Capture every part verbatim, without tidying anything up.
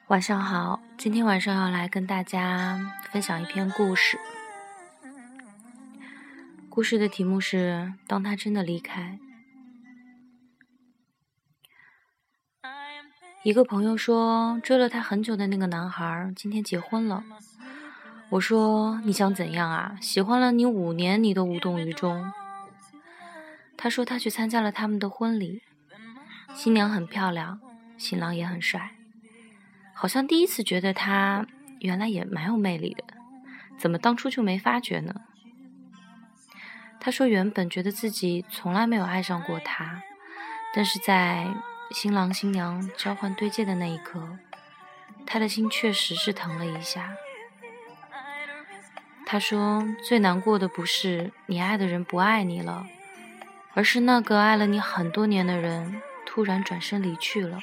晚上好，今天晚上要来跟大家分享一篇故事。故事的题目是当他真的离开。一个朋友说，追了他很久的那个男孩今天结婚了。我说，你想怎样啊？喜欢了你五年你都无动于衷。他说他去参加了他们的婚礼，新娘很漂亮，新郎也很帅，好像第一次觉得他原来也蛮有魅力的，怎么当初就没发觉呢？他说原本觉得自己从来没有爱上过他，但是在新郎新娘交换对戒的那一刻，他的心确实是疼了一下。他说最难过的不是你爱的人不爱你了，而是那个爱了你很多年的人突然转身离去了。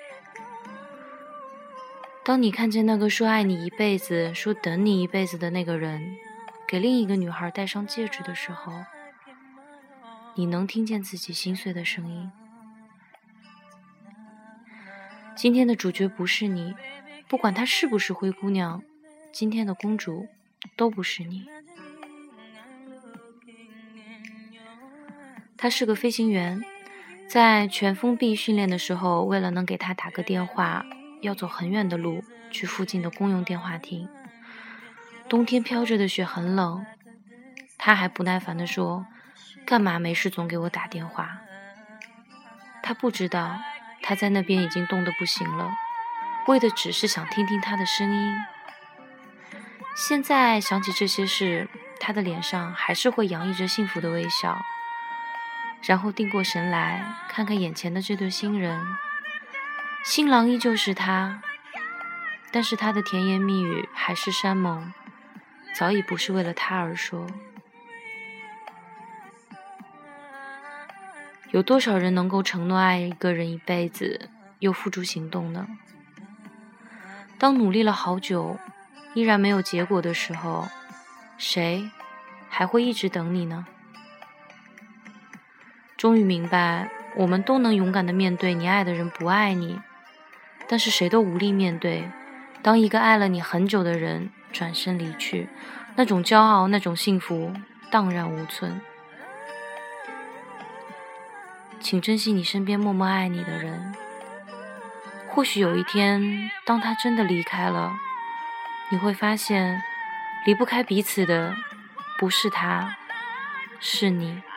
当你看见那个说爱你一辈子，说等你一辈子的那个人给另一个女孩戴上戒指的时候，你能听见自己心碎的声音。今天的主角不是你，不管她是不是灰姑娘，今天的公主都不是你。他是个飞行员，在全封闭训练的时候，为了能给他打个电话，要走很远的路去附近的公用电话亭。冬天飘着的雪很冷，他还不耐烦地说，干嘛没事总给我打电话？他不知道他在那边已经冻得不行了，为的只是想听听他的声音。现在想起这些事，他的脸上还是会洋溢着幸福的微笑，然后定过神来看看眼前的这对新人。新郎依旧是他，但是他的甜言蜜语海誓山盟早已不是为了他而说。有多少人能够承诺爱一个人一辈子又付诸行动呢？当努力了好久依然没有结果的时候，谁还会一直等你呢？终于明白，我们都能勇敢地面对你爱的人不爱你，但是谁都无力面对当一个爱了你很久的人转身离去，那种骄傲，那种幸福荡然无存。请珍惜你身边默默爱你的人，或许有一天当他真的离开了，你会发现离不开彼此的不是他，是你。